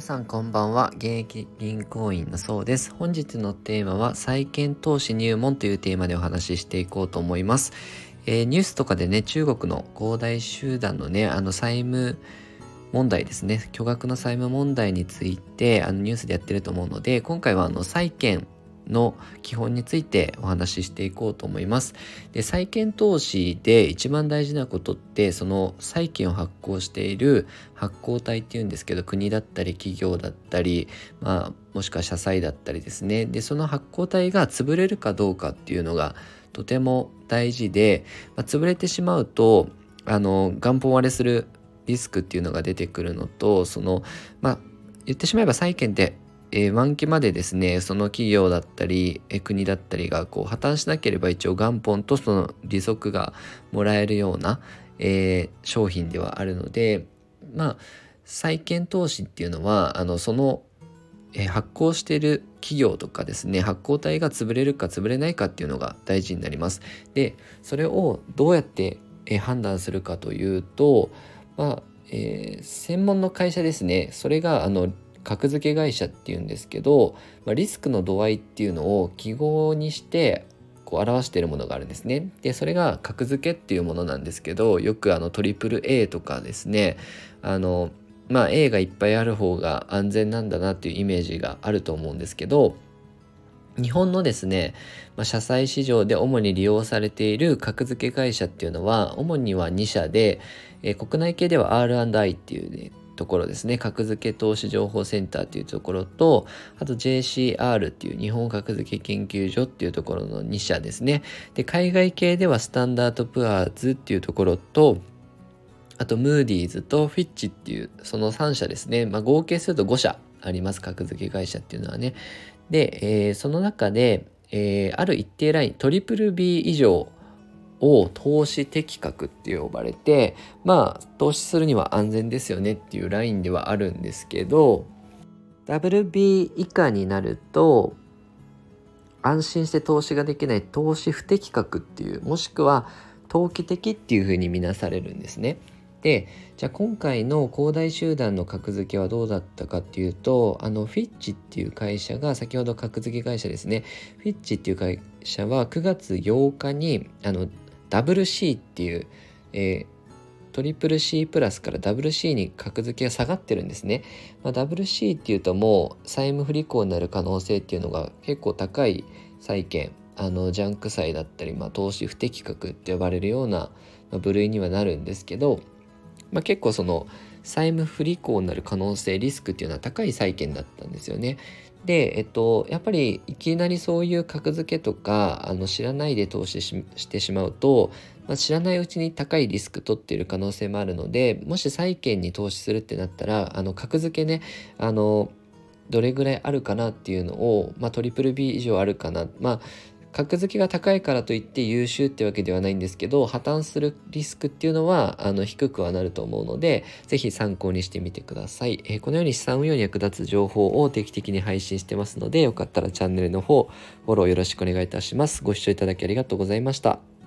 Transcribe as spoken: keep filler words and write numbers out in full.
さんこんばんは。現役銀行員のそうです。本日のテーマは債券投資入門というテーマでお話ししていこうと思います。えー、ニュースとかでね、中国の恒大集団のね、あの債務問題ですね、巨額の債務問題についてあのニュースでやってると思うので、今回はあの債券の基本についてお話ししていこうと思います。で、債券投資で一番大事なことって、その債券を発行している発行体っていうんですけど、国だったり企業だったり、まあ、もしくは社債だったりですね。で、その発行体が潰れるかどうかっていうのがとても大事で、まあ、潰れてしまうとあの元本割れするリスクっていうのが出てくるのと、そのまあ言ってしまえば債券ってえー、満期までですね、その企業だったり、えー、国だったりがこう破綻しなければ一応元本とその利息がもらえるような、えー、商品ではあるので、まあ債券投資っていうのはあのその、えー、発行している企業とかですね、発行体が潰れるか潰れないかっていうのが大事になります。で、それをどうやって、えー、判断するかというと、まあえー、専門の会社ですね、それがあの格付け会社っていうんですけど、まあ、リスクの度合いっていうのを記号にしてこう表しているものがあるんですね。で、それが格付けっていうものなんですけど、よくあのトリプル A とかですね、あのまあ A がいっぱいある方が安全なんだなっていうイメージがあると思うんですけど、日本のですね、まあ、社債市場で主に利用されている格付け会社っていうのは主にはに社で、えー、国内系では アールアンドアイ っていう、ね、ところですね、格付け投資情報センターっていうところと、あと ジェーシーアール っていう日本格付け研究所っていうところのに社ですね。で、海外系ではスタンダードプアーズっていうところと、あとムーディーズとフィッチっていうそのさん社ですね。まあ、合計するとご社あります、格付け会社っていうのはね。で、えー、その中で、えー、ある一定ライン トリプルビー 以上を投資適格って呼ばれて、まあ投資するには安全ですよねっていうラインではあるんですけど、 ダブルビー 以下になると安心して投資ができない投資不適格っていう、もしくは投機的っていうふうに見なされるんですね。で、じゃあ今回の恒大集団の格付けはどうだったかっていうと、あのフィッチっていう会社が、先ほど格付け会社ですね、フィッチっていう会社はくがつようかにあのダブル C っていう、えー、トリプル C プラスから ダブルシー に格付けが下がってるんですね。まあ、ダブルシー っていうともう債務不履行になる可能性っていうのが結構高い債券、あのジャンク債だったり、まあ、投資不適格って呼ばれるような部類にはなるんですけど、まあ、結構その債務不履行になる可能性、リスクっていうのは高い債券だったんですよね。で、えっと、やっぱりいきなりそういう格付けとかあの知らないで投資 し, してしまうと、まあ、知らないうちに高いリスク取っている可能性もあるので、もし債券に投資するってなったら、あの格付けね、あのどれぐらいあるかなっていうのを、まあ、トリプル ビー 以上あるかな、まあ格付けが高いからといって優秀ってわけではないんですけど、破綻するリスクっていうのはあの低くはなると思うので、ぜひ参考にしてみてください。えー、このように資産運用に役立つ情報を定期的に配信してますので、よかったらチャンネルの方フォローよろしくお願いいたします。ご視聴いただきありがとうございました。